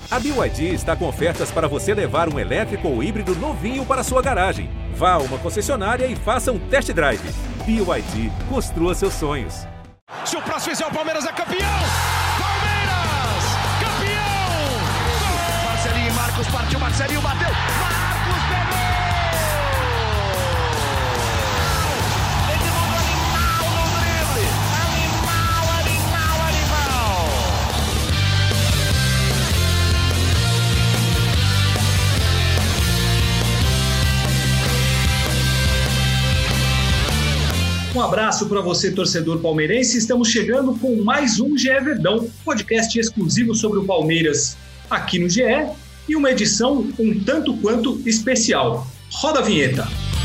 A BYD está com ofertas para você levar um elétrico ou híbrido novinho para sua garagem. Vá a uma concessionária e faça um test drive. BYD, construa seus sonhos. Se o próximo fizer, o Palmeiras é campeão! Palmeiras! Campeão! Gol! Marcelinho e Marcos, partiu, Marcelinho bateu! Marcos pegou! Edmundo animal no drible! Animal, animal, animal! Um abraço para você, torcedor palmeirense. Estamos chegando com mais um GE Verdão, podcast exclusivo sobre o Palmeiras aqui no GE e uma edição um tanto quanto especial. Roda a vinheta.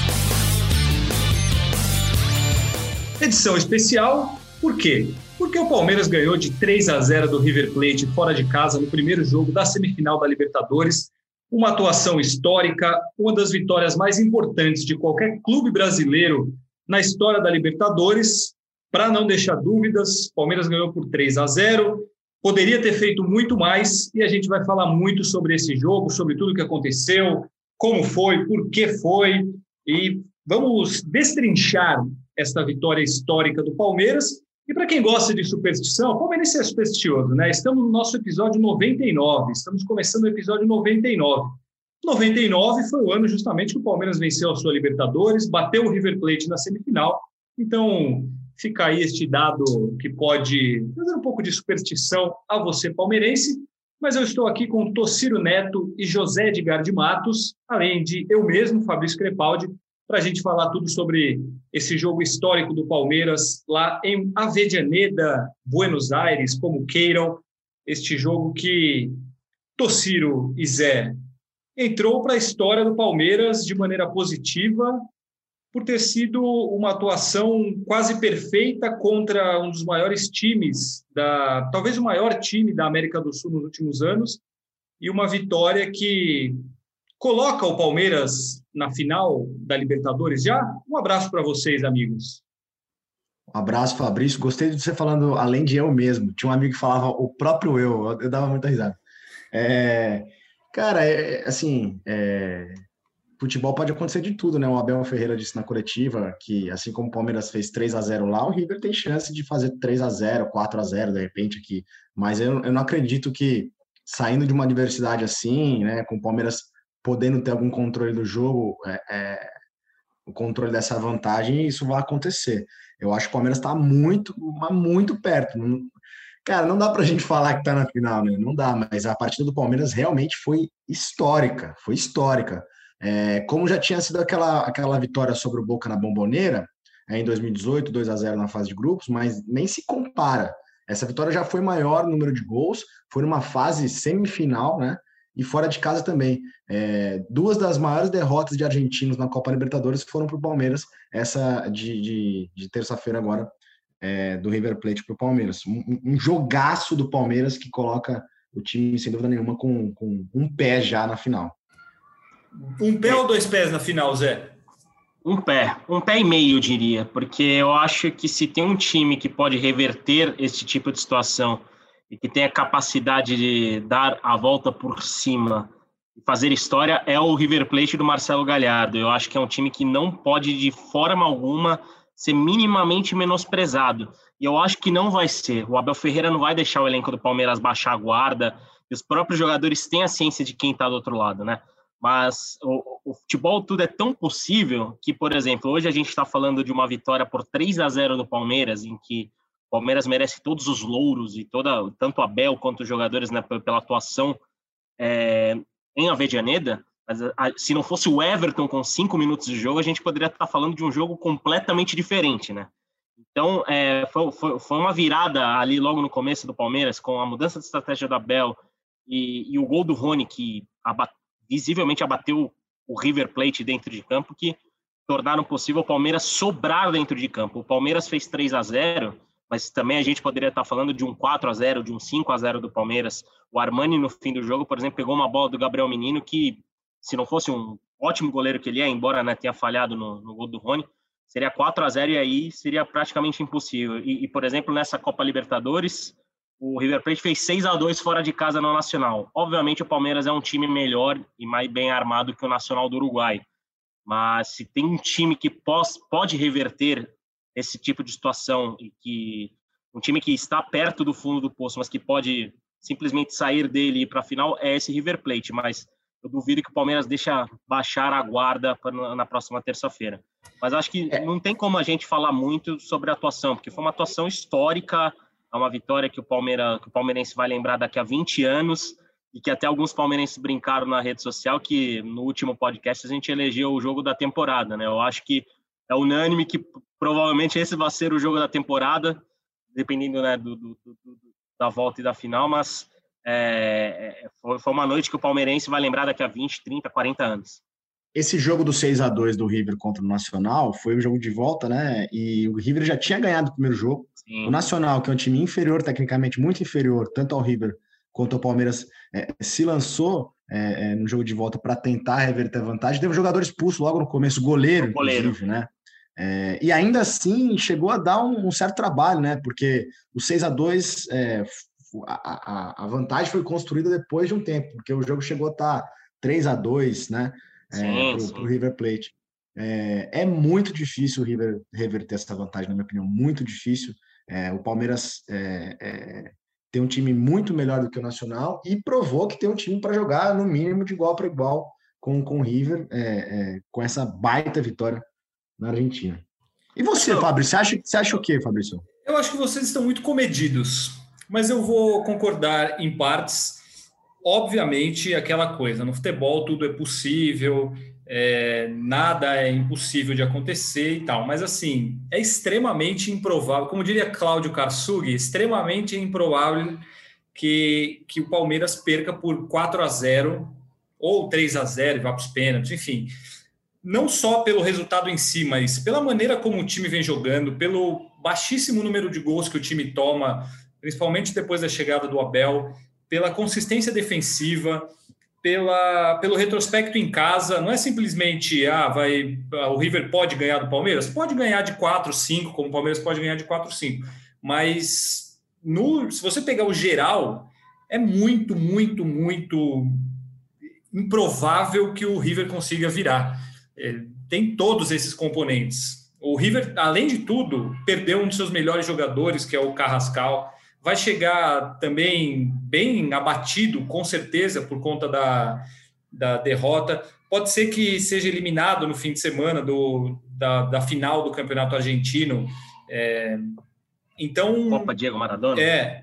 Edição especial, por quê? Porque o Palmeiras ganhou de 3-0 do River Plate fora de casa no primeiro jogo da semifinal da Libertadores. Uma atuação histórica, uma das vitórias mais importantes de qualquer clube brasileiro na história da Libertadores. Para não deixar dúvidas, o Palmeiras ganhou por 3-0, poderia ter feito muito mais, e a gente vai falar muito sobre esse jogo, sobre tudo o que aconteceu, como foi, por que foi, e vamos destrinchar esta vitória histórica do Palmeiras. E para quem gosta de superstição, o palmeirense é supersticioso, né? Estamos no nosso episódio 99, estamos começando o episódio 99. 99 foi o ano justamente que o Palmeiras venceu a sua Libertadores, bateu o River Plate na semifinal. Então, fica aí este dado que pode trazer um pouco de superstição a você, palmeirense. Mas eu estou aqui com Tocírio Neto e José Edgar de Matos, além de eu mesmo, Fabrício Crepaldi, para a gente falar tudo sobre esse jogo histórico do Palmeiras lá em Avellaneda, Buenos Aires, como queiram. Este jogo que Tocírio e Zé entrou para a história do Palmeiras de maneira positiva, por ter sido uma atuação quase perfeita contra um dos maiores times, talvez o maior time da América do Sul nos últimos anos, e uma vitória que coloca o Palmeiras na final da Libertadores já. Um abraço para vocês, amigos. Um abraço, Fabrício. Gostei de você falando além de eu mesmo. Tinha um amigo que falava o próprio eu dava muita risada. Cara, futebol pode acontecer de tudo, né? O Abel Ferreira disse na coletiva que, assim como o Palmeiras fez 3-0 lá, o River tem chance de fazer 3-0, 4-0 de repente aqui. Mas eu não acredito que, saindo de uma adversidade assim, né, com o Palmeiras podendo ter algum controle do jogo, o controle dessa vantagem, isso vai acontecer. Eu acho que o Palmeiras está muito, muito perto. Cara, não dá pra gente falar que tá na final, né? Não dá, mas a partida do Palmeiras realmente foi histórica, como já tinha sido aquela vitória sobre o Boca na Bombonera, em 2018, 2-0 na fase de grupos, mas nem se compara. Essa vitória já foi maior número de gols, foi numa fase semifinal, né? E fora de casa também. Duas das maiores derrotas de argentinos na Copa Libertadores foram pro Palmeiras, essa de terça-feira agora, do River Plate para o Palmeiras. Um jogaço do Palmeiras que coloca o time, sem dúvida nenhuma, com um pé já na final. Um pé ou dois pés na final, Zé? Um pé e meio, eu diria, porque eu acho que se tem um time que pode reverter esse tipo de situação e que tem a capacidade de dar a volta por cima e fazer história, é o River Plate do Marcelo Gallardo. Eu acho que é um time que não pode, de forma alguma, ser minimamente menosprezado. E eu acho que não vai ser. O Abel Ferreira não vai deixar o elenco do Palmeiras baixar a guarda, e os próprios jogadores têm a ciência de quem está do outro lado, né? Mas o futebol tudo é tão possível que, por exemplo, hoje a gente está falando de uma vitória por 3-0 do Palmeiras, em que o Palmeiras merece todos os louros, e tanto o Abel quanto os jogadores, né, pela atuação em Avellaneda. Se não fosse o Everton com 5 minutos de jogo, a gente poderia estar falando de um jogo completamente diferente, né? Então, foi uma virada ali logo no começo do Palmeiras, com a mudança de estratégia do Abel e o gol do Rony, que visivelmente abateu o River Plate dentro de campo, que tornaram possível o Palmeiras sobrar dentro de campo. O Palmeiras fez 3-0, mas também a gente poderia estar falando de um 4-0, de um 5-0 do Palmeiras. O Armani, no fim do jogo, por exemplo, pegou uma bola do Gabriel Menino que, se não fosse um ótimo goleiro que ele embora, né, tenha falhado no gol do Rony, seria 4-0 e aí seria praticamente impossível. E, por exemplo, nessa Copa Libertadores, o River Plate fez 6-2 fora de casa no Nacional. Obviamente o Palmeiras é um time melhor e mais bem armado que o Nacional do Uruguai, mas se tem um time que pode reverter esse tipo de situação, e que um time que está perto do fundo do poço, mas que pode simplesmente sair dele e ir para a final, é esse River Plate, mas eu duvido que o Palmeiras deixa baixar a guarda na próxima terça-feira. Mas acho que não tem como a gente falar muito sobre a atuação, porque foi uma atuação histórica, é uma vitória que o palmeirense vai lembrar daqui a 20 anos, e que até alguns palmeirenses brincaram na rede social que no último podcast a gente elegeu o jogo da temporada, né? Eu acho que é unânime que provavelmente esse vai ser o jogo da temporada, dependendo, né, da volta e da final, mas foi uma noite que o palmeirense vai lembrar daqui a 20, 30, 40 anos. Esse jogo do 6-2 do River contra o Nacional foi um jogo de volta, né? E o River já tinha ganhado o primeiro jogo. Sim. O Nacional, que é um time inferior, tecnicamente muito inferior, tanto ao River quanto ao Palmeiras, se lançou no jogo de volta para tentar reverter a vantagem. Teve um jogador expulso logo no começo, goleiro. Inclusive, né? E ainda assim chegou a dar um certo trabalho, né? Porque o 6-2, a vantagem foi construída depois de um tempo, porque o jogo chegou a estar 3-2, né? Para o River Plate. É muito difícil o River reverter essa vantagem, na minha opinião, muito difícil. O Palmeiras tem um time muito melhor do que o Nacional e provou que tem um time para jogar, no mínimo, de igual para igual com o River, com essa baita vitória na Argentina. E você, Fabrício, você acha o quê, Fabrício? Eu acho que vocês estão muito comedidos, mas eu vou concordar em partes. Obviamente, aquela coisa, no futebol tudo é possível, nada é impossível de acontecer e tal, mas assim, é extremamente improvável, como diria Cláudio Karsug, extremamente improvável que o Palmeiras perca por 4-0 ou 3-0 e vá para os pênaltis, enfim. Não só pelo resultado em si, mas pela maneira como o time vem jogando, pelo baixíssimo número de gols que o time toma, principalmente depois da chegada do Abel, pela consistência defensiva, pelo retrospecto em casa. Não é simplesmente o River pode ganhar do Palmeiras? Pode ganhar de 4-5, como o Palmeiras pode ganhar de 4-5. Mas se você pegar o geral, é muito, muito, muito improvável que o River consiga virar. Tem todos esses componentes. O River, além de tudo, perdeu um de seus melhores jogadores, que é o Carrascal. Vai chegar também bem abatido, com certeza, por conta da derrota. Pode ser que seja eliminado no fim de semana da final do Campeonato Argentino. Então, Copa Diego Maradona?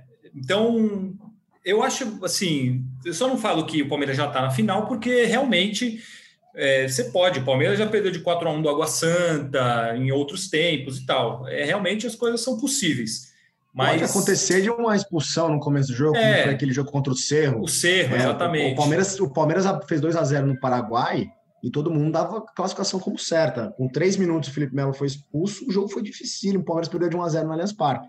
Então, eu acho, assim, eu só não falo que o Palmeiras já está na final, porque realmente você pode. O Palmeiras já perdeu de 4-1 do Água Santa em outros tempos e tal. Realmente as coisas são possíveis. Mas pode acontecer de uma expulsão no começo do jogo, como foi aquele jogo contra o Cerro. O Cerro, exatamente. O Palmeiras fez 2-0 no Paraguai e todo mundo dava a classificação como certa. Com 3 minutos o Felipe Melo foi expulso, o jogo foi difícil, o Palmeiras perdeu de 1-0 no Allianz Parque.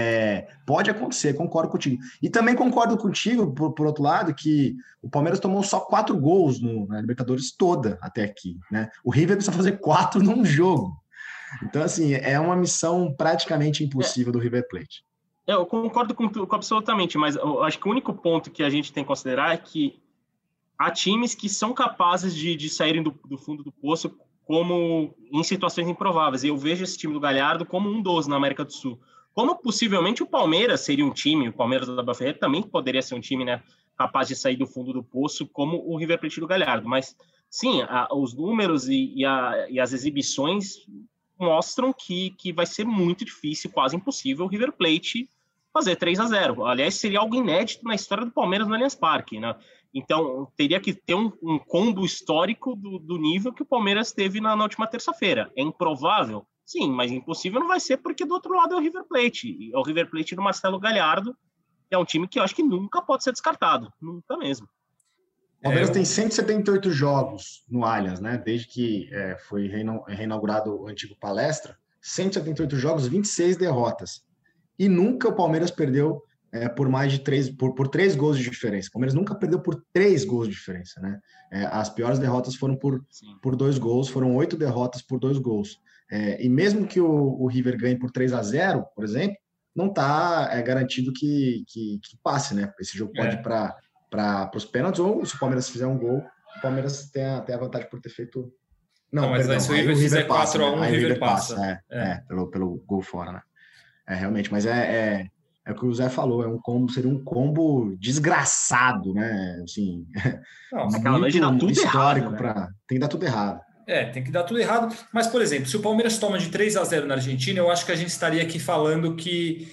Pode acontecer, concordo contigo. E também concordo contigo, por outro lado, que o Palmeiras tomou só 4 gols na Libertadores toda até aqui, né? O River precisa fazer 4 num jogo. Então, assim, é uma missão praticamente impossível do River Plate. Eu concordo com absolutamente, mas eu acho que o único ponto que a gente tem que considerar é que há times que são capazes de saírem do fundo do poço como em situações improváveis. E eu vejo esse time do Galhardo como um dos na América do Sul. Como possivelmente o Palmeiras seria um time, o Palmeiras da Abel Ferreira também poderia ser um time, né, capaz de sair do fundo do poço, como o River Plate do Galhardo. Mas, sim, os números e as exibições mostram que vai ser muito difícil, quase impossível, o River Plate fazer 3-0. Aliás, seria algo inédito na história do Palmeiras no Allianz Parque, né? Então, teria que ter um combo histórico do nível que o Palmeiras teve na última terça-feira. É improvável? Sim, mas impossível não vai ser, porque do outro lado é o River Plate. É o River Plate do Marcelo Galhardo, que é um time que eu acho que nunca pode ser descartado. Nunca mesmo. O Palmeiras tem 178 jogos no Allianz, né? Desde que foi reinaugurado o antigo Palestra. 178 jogos, 26 derrotas. E nunca o Palmeiras perdeu por mais de 3 gols de diferença. O Palmeiras nunca perdeu por 3 gols de diferença, né? As piores derrotas foram por 2 gols, foram 8 derrotas por 2 gols. E mesmo que o River ganhe por 3-0, por exemplo, não está garantido que passe, né? Esse jogo pode ir para os pênaltis, ou se o Palmeiras fizer um gol, o Palmeiras tem a vantagem por ter feito... Não, mas perdão, se o River fizer 4-1, né? o River passa. Pelo gol fora, né? Realmente, mas é o que o Zé falou, seria um combo desgraçado, né? Assim, muito histórico, né? Tem que dar tudo errado. Tem que dar tudo errado. Mas, por exemplo, se o Palmeiras toma de 3-0 na Argentina, eu acho que a gente estaria aqui falando que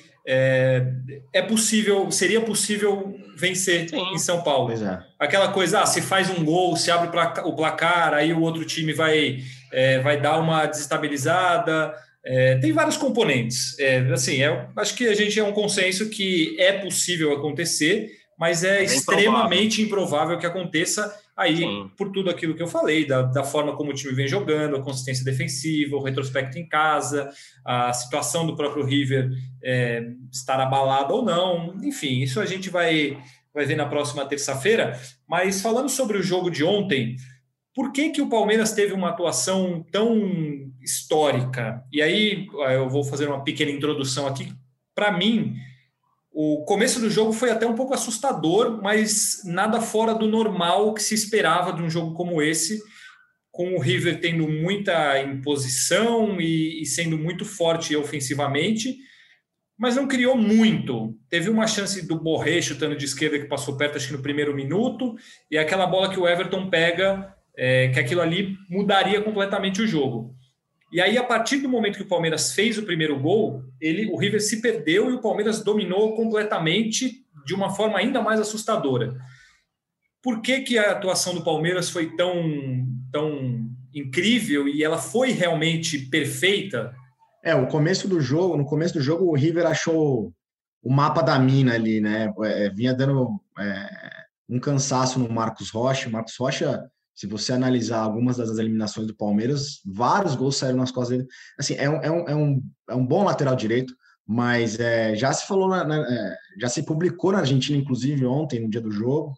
seria possível vencer em São Paulo. Pois é. Aquela coisa, se faz um gol, se abre o placar, aí o outro time vai dar uma desestabilizada. Tem vários componentes. Acho que a gente é um consenso que é possível acontecer, mas é extremamente improvável que aconteça aí. Sim. Por tudo aquilo que eu falei, da forma como o time vem jogando, a consistência defensiva, o retrospecto em casa, a situação do próprio River estar abalada ou não. Enfim, isso a gente vai ver na próxima terça-feira. Mas falando sobre o jogo de ontem, por que o Palmeiras teve uma atuação tão histórica? E aí eu vou fazer uma pequena introdução aqui. Para mim, o começo do jogo foi até um pouco assustador, mas nada fora do normal que se esperava de um jogo como esse, com o River tendo muita imposição e sendo muito forte ofensivamente, mas não criou muito. Teve uma chance do Borré chutando de esquerda que passou perto, acho que no primeiro minuto, e aquela bola que o Everton pega, que aquilo ali mudaria completamente o jogo. E aí, a partir do momento que o Palmeiras fez o primeiro gol, o River se perdeu e o Palmeiras dominou completamente de uma forma ainda mais assustadora. Por que a atuação do Palmeiras foi tão incrível e ela foi realmente perfeita? No começo do jogo, o River achou o mapa da mina ali, né? Vinha dando um cansaço no Marcos Rocha. O Marcos Rocha, se você analisar algumas das eliminações do Palmeiras, vários gols saíram nas costas dele. Assim, é um bom lateral direito, mas já se falou, já se publicou na Argentina, inclusive ontem, no dia do jogo,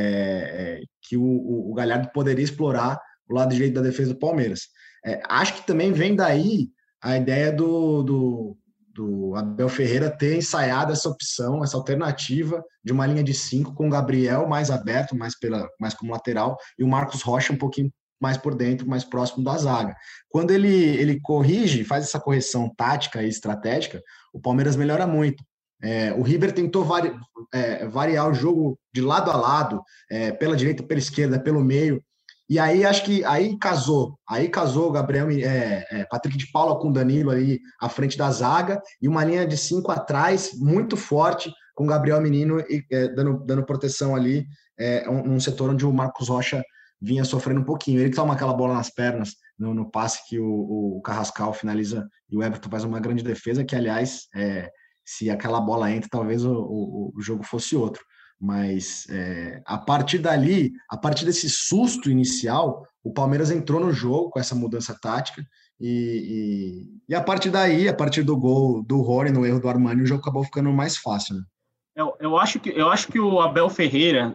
que o Galhardo poderia explorar o lado direito da defesa do Palmeiras. Acho que também vem daí a ideia do Abel Ferreira ter ensaiado essa opção, essa alternativa de uma linha de 5 com o Gabriel mais aberto, mais como lateral, e o Marcos Rocha um pouquinho mais por dentro, mais próximo da zaga. Quando ele faz essa correção tática e estratégica, o Palmeiras melhora muito. O River tentou variar o jogo de lado a lado, pela direita, pela esquerda, pelo meio, e aí acho que aí casou o Gabriel, Patrick de Paula com o Danilo ali à frente da zaga, e uma linha de 5 atrás, muito forte, com o Gabriel Menino dando proteção ali, num setor onde o Marcos Rocha vinha sofrendo um pouquinho. Ele toma aquela bola nas pernas no passe que o Carrascal finaliza, e o Everton faz uma grande defesa, que aliás, se aquela bola entra, talvez o jogo fosse outro. Mas a partir desse susto inicial, o Palmeiras entrou no jogo com essa mudança tática, e a partir daí, a partir do gol do Rony, no erro do Armani, o jogo acabou ficando mais fácil, né? Eu acho que o Abel Ferreira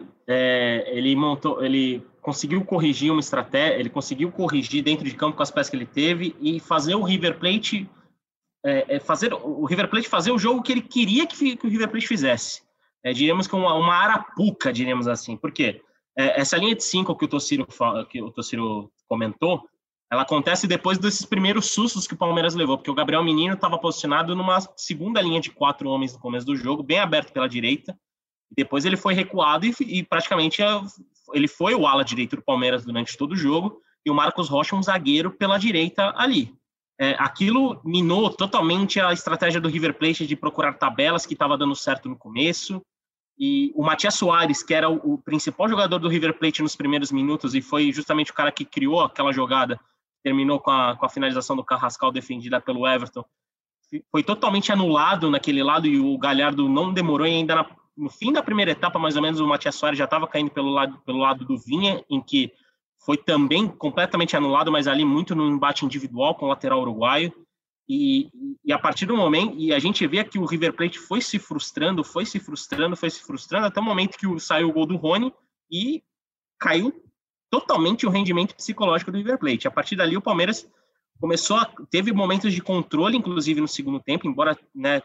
ele conseguiu corrigir uma estratégia, ele conseguiu corrigir dentro de campo com as peças que ele teve e fazer o River Plate fazer o jogo que ele queria que o River Plate fizesse. Diríamos que uma arapuca, diríamos assim. Por quê? Essa linha de 5 que o Tociro comentou, ela acontece depois desses primeiros sustos que o Palmeiras levou, porque o Gabriel Menino estava posicionado numa segunda linha de 4 homens no começo do jogo, bem aberto pela direita, e depois ele foi recuado e praticamente ele foi o ala direito do Palmeiras durante todo o jogo, e o Marcos Rocha um zagueiro pela direita ali. Aquilo minou totalmente a estratégia do River Plate de procurar tabelas, que estava dando certo no começo, e o Matias Soares, que era o principal jogador do River Plate nos primeiros minutos, e foi justamente o cara que criou aquela jogada, terminou com a finalização do Carrascal defendida pelo Everton, foi totalmente anulado naquele lado, e o Galhardo não demorou, e ainda no fim da primeira etapa, mais ou menos, o Matias Soares já estava caindo pelo lado do Vinha, em que foi também completamente anulado, mas ali muito no embate individual com o lateral uruguaio, e a partir do momento, e a gente vê que o River Plate foi se frustrando, até o momento que saiu o gol do Rony, e caiu totalmente o rendimento psicológico do River Plate. A partir dali o Palmeiras teve momentos de controle, inclusive no segundo tempo, embora, né,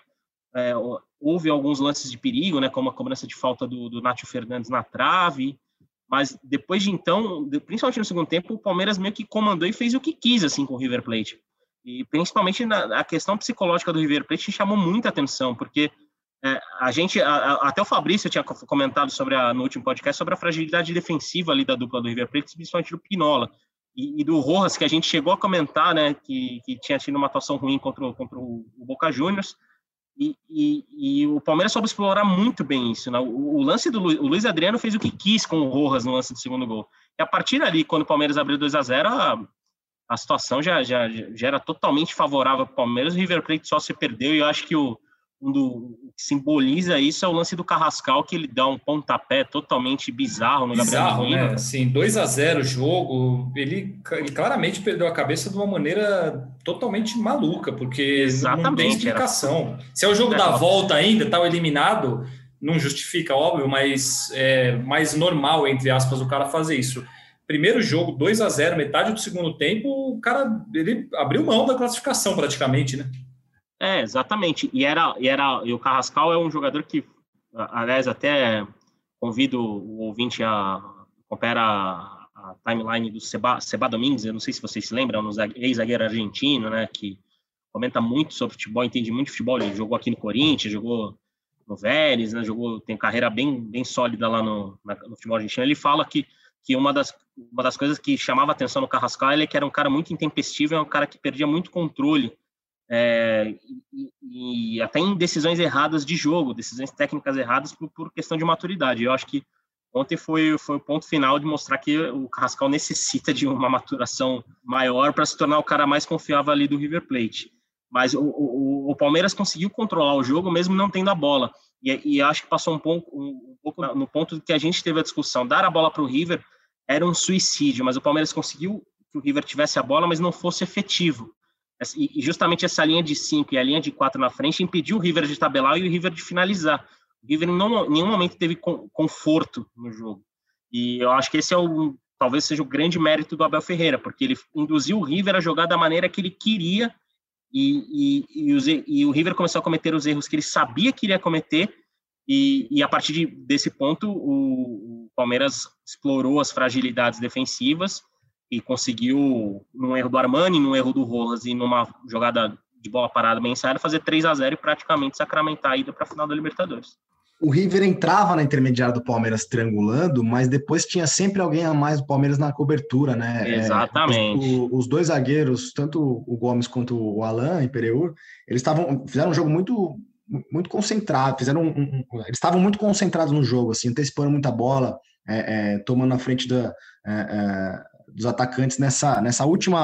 houve alguns lances de perigo, né, como a cobrança de falta do Nátio Fernandes na trave, mas depois de então, principalmente no segundo tempo, o Palmeiras meio que comandou e fez o que quis assim, com o River Plate. E principalmente a questão psicológica do River Plate chamou muita atenção, porque até o Fabrício tinha comentado no último podcast sobre a fragilidade defensiva ali da dupla do River Plate, principalmente do Pinola e do Rojas, que a gente chegou a comentar, né, que tinha tido uma atuação ruim contra o Boca Juniors, e o Palmeiras soube explorar muito bem isso, né? O lance do Luiz Adriano fez o que quis com o Rojas no lance do segundo gol, e a partir dali, quando o Palmeiras abriu 2-0, a situação já era totalmente favorável para o Palmeiras. O River Plate só se perdeu, e eu acho que o que simboliza isso é o lance do Carrascal, que ele dá um pontapé totalmente bizarro no Gabriel Menino. Né? Assim, 2-0 o jogo, ele claramente perdeu a cabeça de uma maneira totalmente maluca, porque exatamente, não tem explicação. Se é o jogo da volta ainda, tá eliminado, não justifica, óbvio, mas é mais normal, entre aspas, o cara fazer isso. Primeiro jogo, 2-0, metade do segundo tempo, o cara ele abriu mão da classificação praticamente, né? Exatamente. E o Carrascal é um jogador que, aliás, até convido o ouvinte a acompanhar a timeline do Seba Domingues. Eu não sei se vocês se lembram, um ex-zagueiro argentino, né, que comenta muito sobre futebol, entende muito de futebol. Ele jogou aqui no Corinthians, jogou no Vélez, né, tem carreira bem sólida lá no futebol argentino. Ele fala que uma das coisas que chamava atenção no Carrascal é que era um cara muito intempestivo, é um cara que perdia muito controle, e até em decisões erradas de jogo, decisões técnicas erradas por questão de maturidade. Eu acho que ontem foi o ponto final de mostrar que o Carrascal necessita de uma maturação maior para se tornar o cara mais confiável ali do River Plate. Mas o Palmeiras conseguiu controlar o jogo mesmo não tendo a bola, e acho que passou um pouco no ponto que a gente teve a discussão. Dar a bola para o River era um suicídio, mas o Palmeiras conseguiu que o River tivesse a bola, mas não fosse efetivo. E justamente essa linha de 5 e a linha de 4 na frente impediu o River de tabelar e o River de finalizar. O River em nenhum momento teve conforto no jogo. E eu acho que esse talvez seja o grande mérito do Abel Ferreira, porque ele induziu o River a jogar da maneira que ele queria, e o River começou a cometer os erros que ele sabia que iria cometer, e a partir desse ponto o Palmeiras explorou as fragilidades defensivas e conseguiu, num erro do Armani, num erro do Rojas e numa jogada de bola parada bem ensaiada, fazer 3-0 e praticamente sacramentar a ida para a final da Libertadores. O River entrava na intermediária do Palmeiras triangulando, mas depois tinha sempre alguém a mais do Palmeiras na cobertura, né? Exatamente. Os dois zagueiros, tanto o Gomes quanto o Alan e Pereur, eles fizeram um jogo muito concentrado, eles estavam muito concentrados no jogo, assim, antecipando muita bola, tomando a frente dos atacantes nesse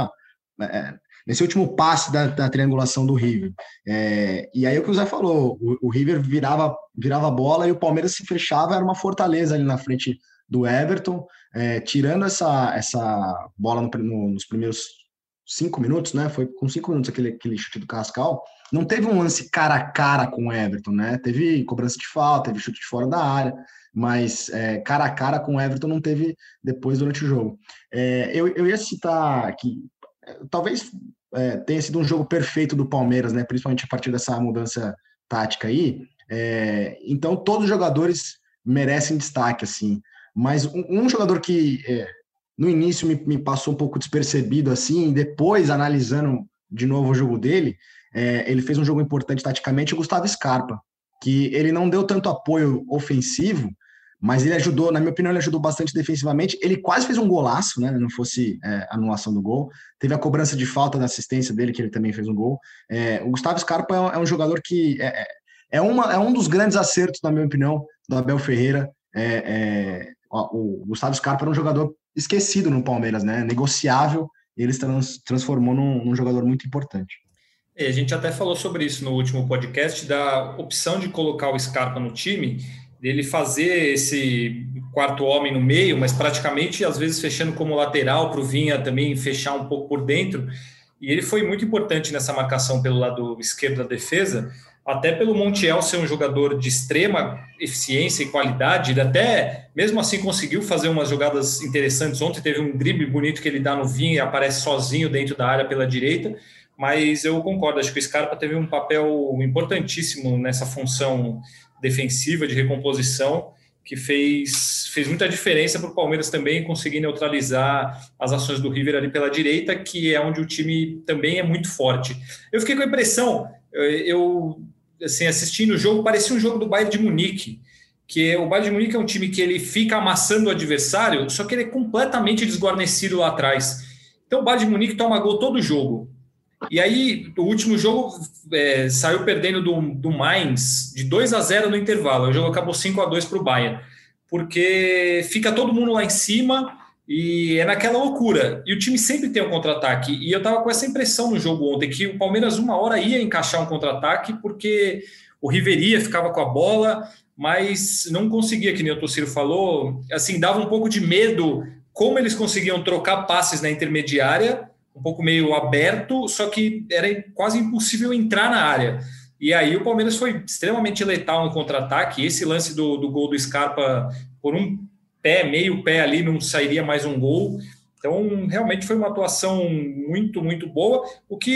último passe da triangulação do River. E aí o que o Zé falou, o River virava a bola e o Palmeiras se fechava, era uma fortaleza ali na frente do Everton, tirando essa bola nos primeiros 5 minutos, né? Foi com 5 minutos aquele chute do Carrascal. Não teve um lance cara a cara com o Everton, né? Teve cobrança de falta, teve chute de fora da área, mas cara a cara com o Everton não teve depois durante o jogo. Eu ia citar aqui, talvez tenha sido um jogo perfeito do Palmeiras, né? Principalmente a partir dessa mudança tática aí. Então todos os jogadores merecem destaque, assim. Mas um jogador que no início me passou um pouco despercebido, assim, depois analisando de novo o jogo dele, ele fez um jogo importante taticamente, o Gustavo Scarpa, que ele não deu tanto apoio ofensivo, mas ele ajudou, na minha opinião, ele ajudou bastante defensivamente. Ele quase fez um golaço, né? Não fosse anulação do gol. Teve a cobrança de falta da assistência dele, que ele também fez um gol. O Gustavo Scarpa é um jogador que é um dos grandes acertos, na minha opinião, do Abel Ferreira. O Gustavo Scarpa era um jogador esquecido no Palmeiras, né? Negociável, e ele se transformou num jogador muito importante. A gente até falou sobre isso no último podcast, da opção de colocar o Scarpa no time, dele fazer esse quarto homem no meio, mas praticamente, às vezes, fechando como lateral para o Vinha também fechar um pouco por dentro. E ele foi muito importante nessa marcação pelo lado esquerdo da defesa, até pelo Montiel ser um jogador de extrema eficiência e qualidade. Ele até, mesmo assim, conseguiu fazer umas jogadas interessantes. Ontem teve um drible bonito que ele dá no Vinha e aparece sozinho dentro da área pela direita. mas eu concordo, acho que o Scarpa teve um papel importantíssimo nessa função defensiva de recomposição, que fez muita diferença para o Palmeiras também conseguir neutralizar as ações do River ali pela direita, que é onde o time também é muito forte. Eu fiquei com a impressão, assim, assistindo o jogo, parecia um jogo do Bayern de Munique, que o Bayern de Munique é um time que ele fica amassando o adversário, só que ele é completamente desguarnecido lá atrás. Então o Bayern de Munique toma gol todo jogo. E aí, o último jogo saiu perdendo do Mainz de 2-0 no intervalo. O jogo acabou 5-2 para o Bayern, porque fica todo mundo lá em cima e é naquela loucura. E o time sempre tem um contra-ataque. E eu estava com essa impressão no jogo ontem, que o Palmeiras uma hora ia encaixar um contra-ataque, porque o Riveria ficava com a bola, mas não conseguia, que nem o Tociro falou. Assim, dava um pouco de medo como eles conseguiam trocar passes na intermediária, um pouco meio aberto, só que era quase impossível entrar na área. E aí o Palmeiras foi extremamente letal no contra-ataque. Esse lance do gol do Scarpa, por um pé, meio pé ali, não sairia mais um gol. Então, realmente foi uma atuação muito, muito boa.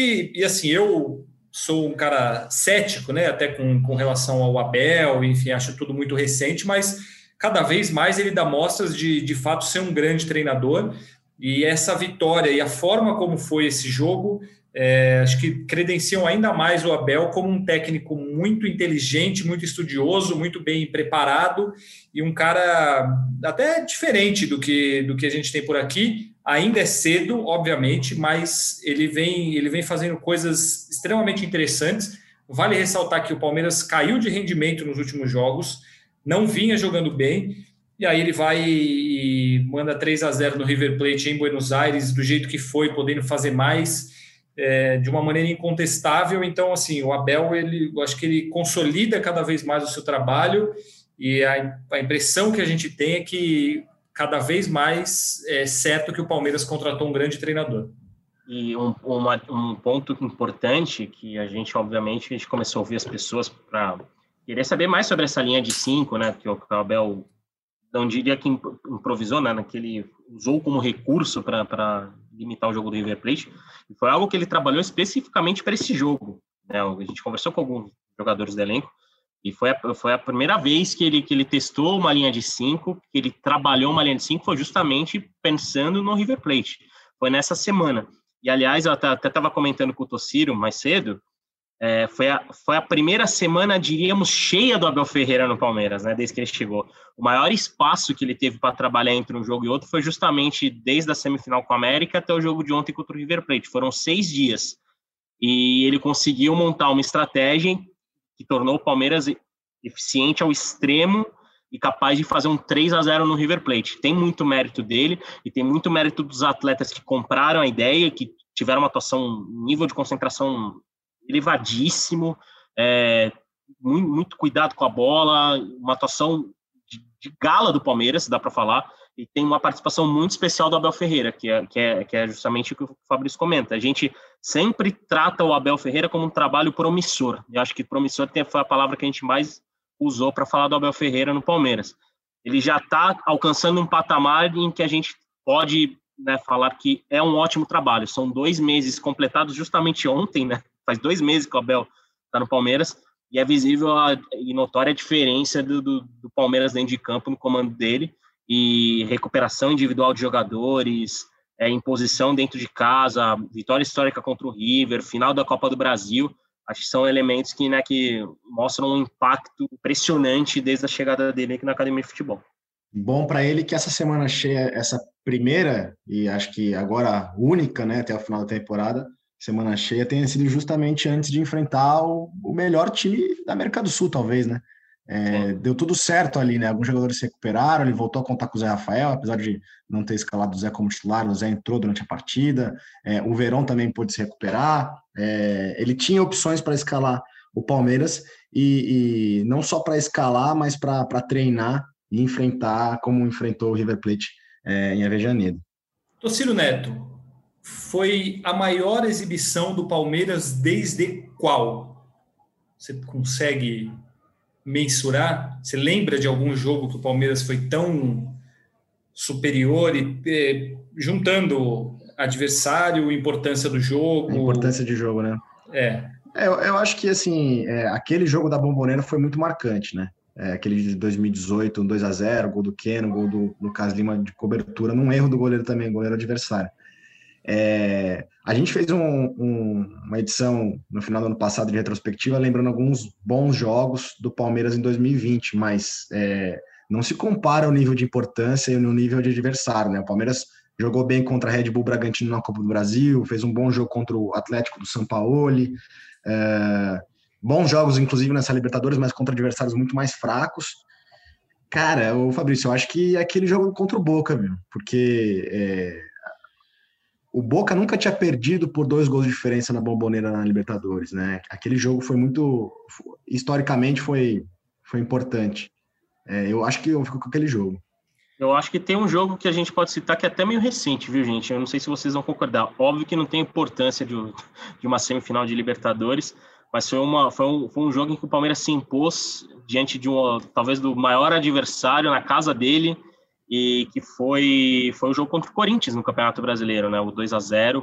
E assim, eu sou um cara cético, né, até com relação ao Abel, enfim, acho tudo muito recente, mas cada vez mais ele dá mostras de fato ser um grande treinador. E essa vitória e a forma como foi esse jogo, acho que credenciam ainda mais o Abel como um técnico muito inteligente, muito estudioso, muito bem preparado e um cara até diferente do que a gente tem por aqui. Ainda é cedo, obviamente, mas ele vem fazendo coisas extremamente interessantes. Vale ressaltar que o Palmeiras caiu de rendimento nos últimos jogos, não vinha jogando bem. E aí ele vai e manda 3-0 no River Plate em Buenos Aires, do jeito que foi, podendo fazer mais, de uma maneira incontestável. Então, assim, o Abel, eu acho que ele consolida cada vez mais o seu trabalho e a impressão que a gente tem é que cada vez mais é certo que o Palmeiras contratou um grande treinador. E um ponto importante que a gente começou a ouvir as pessoas para querer saber mais sobre essa linha de 5, né, que o Abel não diria que improvisou, né, que ele usou como recurso para limitar o jogo do River Plate, e foi algo que ele trabalhou especificamente para esse jogo, né? A gente conversou com alguns jogadores do elenco, e foi a primeira vez que ele testou uma linha de 5, que ele trabalhou uma linha de 5, foi justamente pensando no River Plate, foi nessa semana. E, aliás, eu até estava comentando com o Tociro mais cedo, foi a primeira semana, diríamos, cheia do Abel Ferreira no Palmeiras, né, desde que ele chegou. O maior espaço que ele teve para trabalhar entre um jogo e outro foi justamente desde a semifinal com a América até o jogo de ontem contra o River Plate. Foram 6 dias. E ele conseguiu montar uma estratégia que tornou o Palmeiras eficiente ao extremo e capaz de fazer um 3-0 no River Plate. Tem muito mérito dele e tem muito mérito dos atletas que compraram a ideia, que tiveram uma atuação, um nível de concentração elevadíssimo, muito cuidado com a bola, uma atuação de gala do Palmeiras, dá para falar, e tem uma participação muito especial do Abel Ferreira, que é justamente o que o Fabrício comenta. A gente sempre trata o Abel Ferreira como um trabalho promissor, e acho que promissor foi a palavra que a gente mais usou para falar do Abel Ferreira no Palmeiras. Ele já está alcançando um patamar em que a gente pode, né, falar que é um ótimo trabalho. São 2 meses completados justamente ontem, né? Faz 2 meses que o Abel está no Palmeiras, e é visível e notória a diferença do Palmeiras dentro de campo no comando dele, e recuperação individual de jogadores, imposição dentro de casa, vitória histórica contra o River, final da Copa do Brasil. Acho que são elementos que mostram um impacto impressionante desde a chegada dele aqui na Academia de Futebol. Bom para ele que essa semana cheia, essa primeira, e acho que agora única, né, até o final da temporada, semana cheia, tenha sido justamente antes de enfrentar o melhor time da América do Sul, talvez, né? Deu tudo certo ali, né? Alguns jogadores se recuperaram, ele voltou a contar com o Zé Rafael, apesar de não ter escalado o Zé como titular, o Zé entrou durante a partida, o Verón também pôde se recuperar, ele tinha opções para escalar o Palmeiras, e não só para escalar, mas para treinar e enfrentar como enfrentou o River Plate em Avejaneiro. Tociro Neto, foi a maior exibição do Palmeiras desde qual? Você consegue mensurar? Você lembra de algum jogo que o Palmeiras foi tão superior e juntando adversário, importância do jogo. A importância de jogo, né? Eu acho que, assim, aquele jogo da Bombonera foi muito marcante, né? Aquele de 2018, um 2-0, gol do Keno, gol do Lucas Lima de cobertura, num erro do goleiro também, goleiro adversário. A gente fez uma edição no final do ano passado de retrospectiva, lembrando alguns bons jogos do Palmeiras em 2020, mas não se compara o nível de importância e o nível de adversário, né? O Palmeiras jogou bem contra a Red Bull Bragantino na Copa do Brasil, fez um bom jogo contra o Atlético do Sampaoli, bons jogos, inclusive, nessa Libertadores, mas contra adversários muito mais fracos. Cara, o Fabrício, eu acho que é aquele jogo contra o Boca, viu? Porque o Boca nunca tinha perdido por 2 gols de diferença na Bombonera na Libertadores, né? Aquele jogo foi historicamente foi importante. Eu acho que eu fico com aquele jogo. Eu acho que tem um jogo que a gente pode citar que é até meio recente, viu, gente? Eu não sei se vocês vão concordar. Óbvio que não tem importância de uma semifinal de Libertadores, mas foi um jogo em que o Palmeiras se impôs diante de talvez do maior adversário na casa dele, e que foi o jogo contra o Corinthians no Campeonato Brasileiro, né? O 2-0.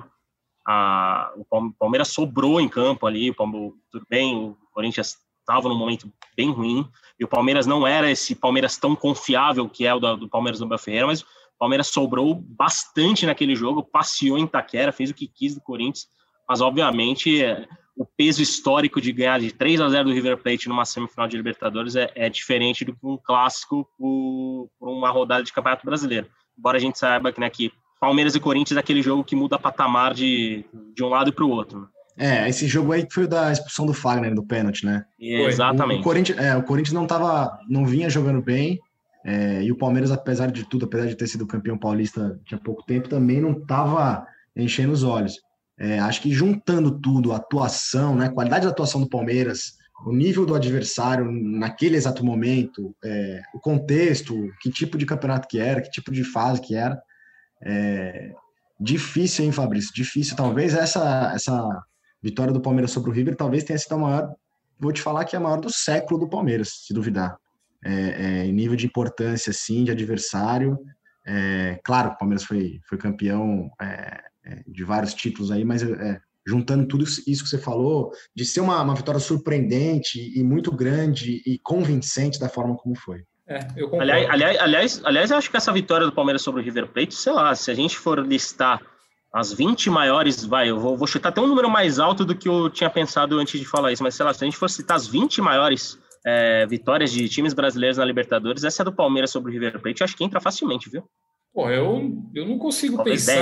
O Palmeiras sobrou em campo ali, tudo bem, o Corinthians estava num momento bem ruim, e o Palmeiras não era esse Palmeiras tão confiável que é o do Palmeiras do Abel Ferreira, mas o Palmeiras sobrou bastante naquele jogo, passeou em Itaquera, fez o que quis do Corinthians, mas obviamente o peso histórico de ganhar de 3-0 do River Plate numa semifinal de Libertadores é diferente do que um clássico por uma rodada de Campeonato Brasileiro. Embora a gente saiba que Palmeiras e Corinthians é aquele jogo que muda patamar de um lado para o outro. Esse jogo aí foi da expulsão do Fagner, do pênalti, né? Exatamente. O Corinthians não vinha jogando bem, e o Palmeiras, apesar de tudo, apesar de ter sido campeão paulista tinha pouco tempo, também não estava enchendo os olhos. Acho que juntando tudo, a atuação, né, a qualidade da atuação do Palmeiras, o nível do adversário naquele exato momento, o contexto, que tipo de campeonato que era, que tipo de fase que era, difícil, hein, Fabrício? Difícil. Talvez essa vitória do Palmeiras sobre o River talvez tenha sido a maior, vou te falar que é a maior do século do Palmeiras, se duvidar. Em nível de importância, sim, de adversário. Claro que o Palmeiras foi campeão de vários títulos aí, mas juntando tudo isso que você falou, de ser uma vitória surpreendente e muito grande e convincente da forma como foi. Eu concordo. Aliás, eu acho que essa vitória do Palmeiras sobre o River Plate, sei lá, se a gente for listar as 20 maiores, eu vou chutar até um número mais alto do que eu tinha pensado antes de falar isso, mas sei lá, se a gente for citar as 20 maiores vitórias de times brasileiros na Libertadores, essa é do Palmeiras sobre o River Plate, eu acho que entra facilmente, viu? Eu não consigo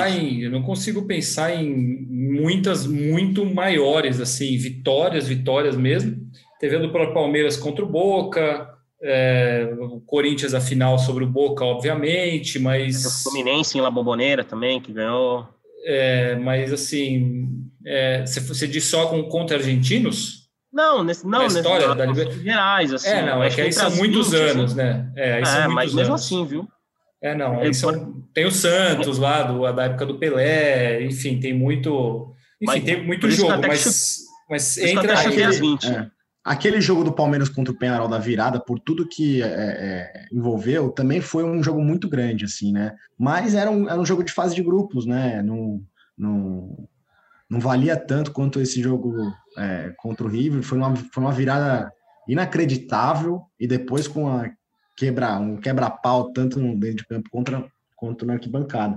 pensar em muitas muito maiores, assim, vitórias mesmo. Teve a do próprio Palmeiras contra o Boca, o Corinthians a final sobre o Boca, obviamente, mas... O Fluminense em La Bombonera também, que ganhou... mas assim, você diz só contra argentinos? Não, na história da Libertadores gerais, assim. É que aí são muitos anos, né? Mas mesmo assim, viu? Tem o Santos lá, da época do Pelé, enfim, tem muito... Enfim, tem muito jogo, mas entra aquele jogo do Palmeiras contra o Peñarol da virada, por tudo que envolveu, também foi um jogo muito grande, assim, né? Mas era um jogo de fase de grupos, né? Não valia tanto quanto esse jogo contra o River. Foi uma virada inacreditável, e depois com um quebra-pau tanto dentro de campo quanto na arquibancada.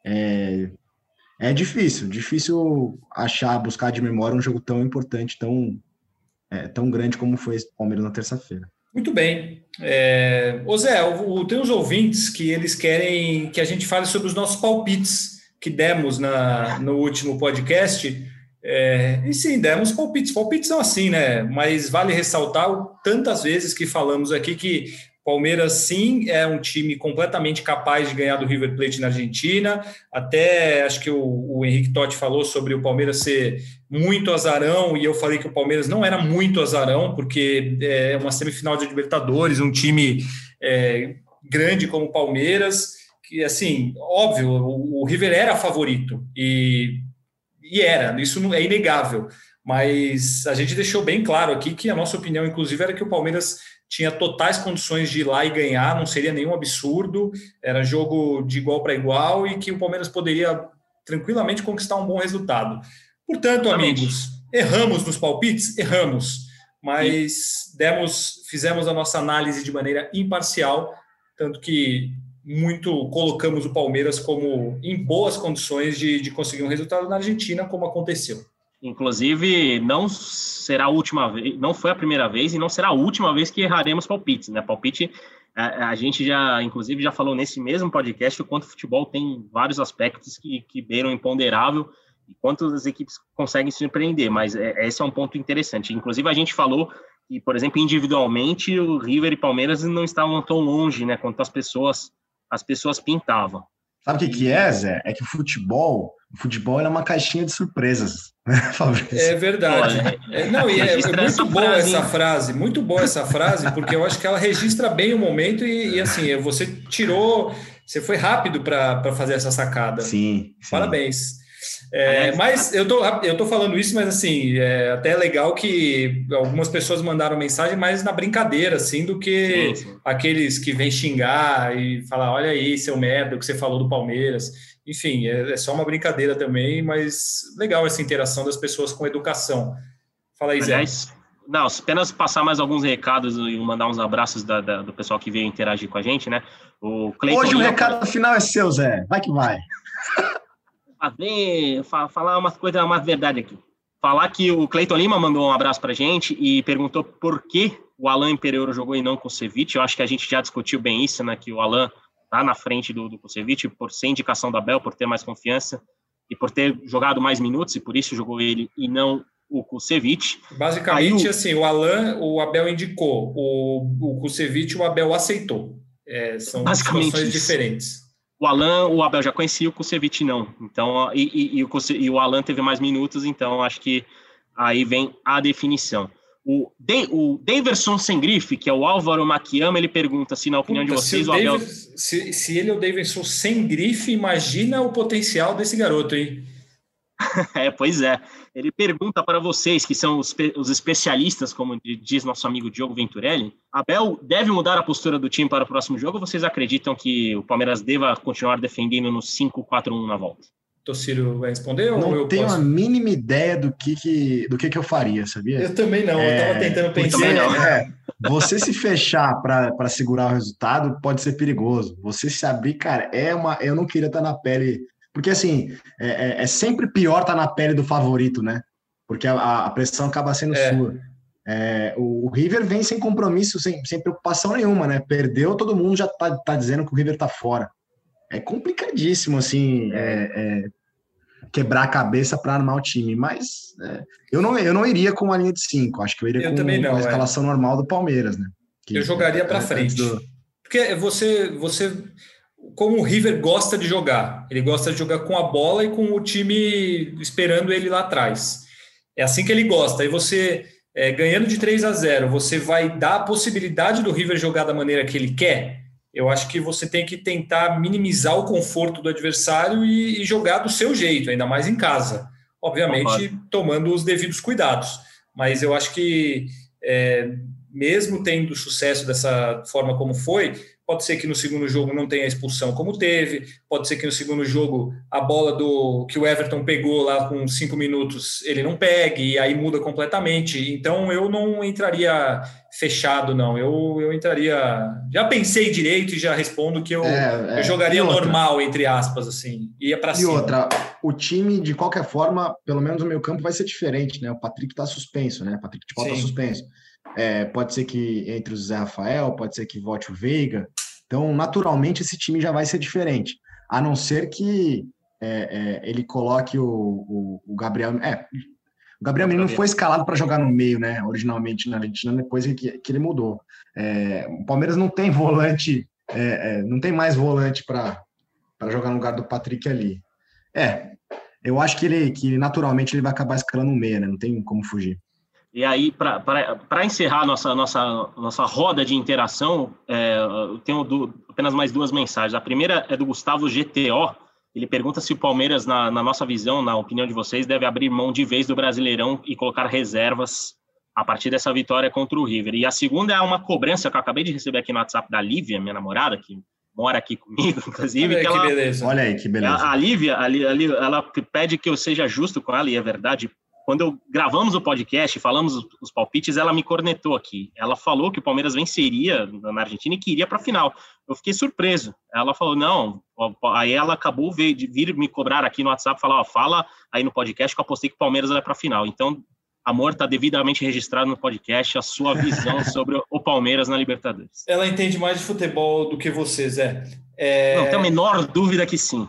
É difícil buscar de memória um jogo tão importante, tão grande como foi esse Palmeiras na terça-feira. Muito bem. Zé, tem uns ouvintes que eles querem que a gente fale sobre os nossos palpites que demos no último podcast. E sim, demos palpites. Palpites são assim, né? Mas vale ressaltar tantas vezes que falamos aqui que Palmeiras, sim, é um time completamente capaz de ganhar do River Plate na Argentina. Até acho que o Henrique Totti falou sobre o Palmeiras ser muito azarão, e eu falei que o Palmeiras não era muito azarão, porque é uma semifinal de Libertadores, um time grande como o Palmeiras, que, assim, óbvio, o River era favorito, e era, isso não é inegável, mas a gente deixou bem claro aqui que a nossa opinião, inclusive, era que o Palmeiras tinha totais condições de ir lá e ganhar, não seria nenhum absurdo, era jogo de igual para igual, e que o Palmeiras poderia tranquilamente conquistar um bom resultado. Portanto, amigos, erramos nos palpites? Erramos, mas fizemos a nossa análise de maneira imparcial, tanto que colocamos o Palmeiras como em boas condições de conseguir um resultado na Argentina, como aconteceu. Inclusive, não será a última vez, não foi a primeira vez e não será a última vez que erraremos palpites, né? Palpite, a gente já falou nesse mesmo podcast o quanto o futebol tem vários aspectos que beiram imponderável e quanto as equipes conseguem se surpreender, mas esse é um ponto interessante. Inclusive, a gente falou que, por exemplo, individualmente, o River e Palmeiras não estavam tão longe, né, quanto as pessoas pintavam. Sabe o que é, Zé? É que o futebol é uma caixinha de surpresas, né, Fabrício? É verdade. É muito boa essa frase, porque eu acho que ela registra bem o momento e assim, você foi rápido para fazer essa sacada. Sim. Parabéns. Mas eu tô falando isso, mas assim, até legal que algumas pessoas mandaram mensagem mais na brincadeira, assim, do que aqueles que vêm xingar e falar, olha aí, seu merda, o que você falou do Palmeiras. Enfim, é só uma brincadeira também, mas legal essa interação das pessoas com educação. Fala aí, Zé. Não, apenas passar mais alguns recados e mandar uns abraços do pessoal que veio interagir com a gente, né? O Cleiton Hoje o recado final é seu, Zé. Vai que vai. Falar uma verdade aqui. Falar que o Cleiton Lima mandou um abraço pra gente e perguntou por que o Alan Pereira jogou e não com o Kusevich. Eu acho que a gente já discutiu bem isso, né? Que o Alan tá na frente do Kusevich por ser indicação da Abel, por ter mais confiança e por ter jogado mais minutos, e por isso jogou ele e não o Kusevich. Basicamente, assim, o Alan, o Abel indicou, o Kusevich, o Abel aceitou. São situações diferentes. O Alan, o Abel já conhecia, o Kusevich não. Então, e o Alan teve mais minutos, então acho que aí vem a definição. O Daverson Sengrife, que é o Álvaro Maquiama, ele pergunta se, na opinião de vocês, o Abel... Se ele é o Daverson Sengrife, imagina o potencial desse garoto, hein? Pois é. Ele pergunta para vocês, que são os especialistas, como diz nosso amigo Diogo Venturelli, Abel deve mudar a postura do time para o próximo jogo, ou vocês acreditam que o Palmeiras deva continuar defendendo no 5-4-1 na volta? Tocílio vai responder? Não tenho a mínima ideia do que eu faria, sabia? Eu também não, eu estava tentando pensar. Você se fechar para segurar o resultado pode ser perigoso. Você se abrir, cara, eu não queria estar na pele... Porque, assim, é sempre pior estar na pele do favorito, né? Porque a pressão acaba sendo sua. O River vem sem compromisso, sem preocupação nenhuma, né? Perdeu, todo mundo já tá dizendo que o River tá fora. É complicadíssimo, assim, quebrar a cabeça para armar o time. Mas eu não iria com uma linha de 5. Acho que eu iria com a escalação normal do Palmeiras, né? Eu jogaria para frente. Porque você... Como o River gosta de jogar, ele gosta de jogar com a bola e com o time esperando ele lá atrás. É assim que ele gosta. Aí você, ganhando de 3-0, você vai dar a possibilidade do River jogar da maneira que ele quer? Eu acho que você tem que tentar minimizar o conforto do adversário e jogar do seu jeito, ainda mais em casa. Obviamente, tomando os devidos cuidados. Mas eu acho que, mesmo tendo sucesso dessa forma como foi... Pode ser que no segundo jogo não tenha expulsão como teve, pode ser que no segundo jogo a bola que o Everton pegou lá com 5 minutos ele não pegue e aí muda completamente. Então eu não entraria fechado, não. Eu entraria... Já pensei direito e já respondo que eu jogaria normal, entre aspas, assim. Ia para cima. E outra, o time, de qualquer forma, pelo menos no meio campo, vai ser diferente, né? O Patrick está suspenso, né? O Patrick de Paula está suspenso. Pode ser que entre o Zé Rafael, pode ser que volte o Veiga. Então, naturalmente, esse time já vai ser diferente. A não ser que ele coloque o Gabriel... o Gabriel Menino foi escalado para jogar no meio, né? Originalmente na Argentina, depois que ele mudou. O Palmeiras não tem volante... não tem mais volante para jogar no lugar do Patrick ali. Eu acho que naturalmente ele vai acabar escalando um meia, né? Não tem como fugir. E aí, para encerrar nossa roda de interação, eu tenho apenas mais 2 mensagens. A primeira é do Gustavo GTO. Ele pergunta se o Palmeiras, na nossa visão, na opinião de vocês, deve abrir mão de vez do Brasileirão e colocar reservas a partir dessa vitória contra o River. E a segunda é uma cobrança que eu acabei de receber aqui no WhatsApp da Lívia, minha namorada, que mora aqui comigo, inclusive. Olha aí, que beleza. Olha aí, que beleza. A Lívia, ela pede que eu seja justo com ela, e é verdade. Quando gravamos o podcast, falamos os palpites, ela me cornetou aqui. Ela falou que o Palmeiras venceria na Argentina e que iria para a final. Eu fiquei surpreso. Ela falou, não. Aí ela acabou de vir me cobrar aqui no WhatsApp, falar, fala aí no podcast que eu apostei que o Palmeiras vai para a final. Então, amor, está devidamente registrado no podcast a sua visão sobre o Palmeiras na Libertadores. Ela entende mais de futebol do que você, Zé. Não tem a menor dúvida que sim.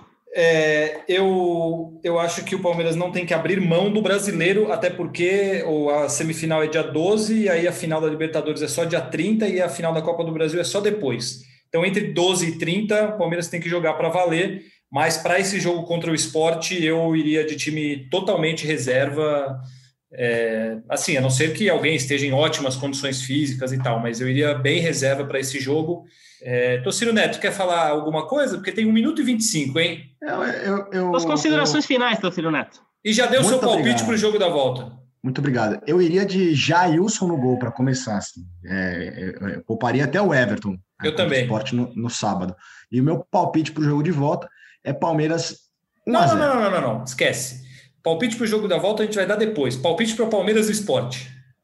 Eu acho que o Palmeiras não tem que abrir mão do brasileiro, até porque a semifinal é dia 12, e aí a final da Libertadores é só dia 30 e a final da Copa do Brasil é só depois. Então, entre 12 e 30, o Palmeiras tem que jogar para valer, mas para esse jogo contra o Sport, eu iria de time totalmente reserva, assim, a não ser que alguém esteja em ótimas condições físicas e tal, mas eu iria bem reserva para esse jogo. Tocílio Neto, quer falar alguma coisa? Porque tem 1 minuto e 25, hein? As considerações finais, Tocílio Neto. E já deu seu palpite para o jogo da volta. Muito obrigado. Eu iria de Jailson no gol para começar. Assim. Eu pouparia até o Everton. Eu também. Sport no sábado. E o meu palpite para o jogo de volta é Palmeiras 1-0. Não. Esquece. Palpite para o jogo da volta a gente vai dar depois. Palpite para o Palmeiras e Sport.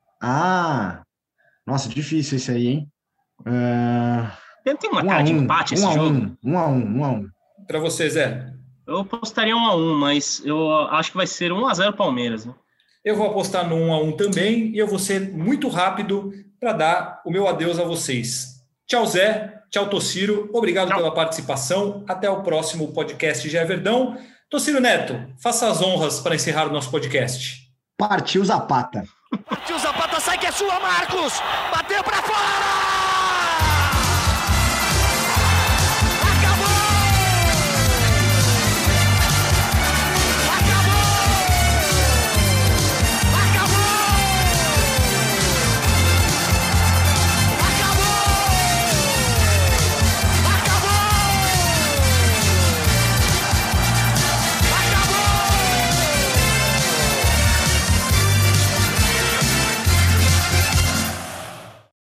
Nossa, difícil esse aí, hein? Tem uma cara de empate esse jogo? 1-1. Para você, Zé? Eu apostaria 1-1, mas eu acho que vai ser 1-0 Palmeiras. Né? Eu vou apostar no 1-1 também, e eu vou ser muito rápido para dar o meu adeus a vocês. Tchau, Zé. Tchau, Tocílio. Obrigado pela participação. Até o próximo podcast GE Verdão. Tocílio Neto, faça as honras para encerrar o nosso podcast. Partiu Zapata. Partiu Zapata, sai que é sua, Marcos! Bateu para fora!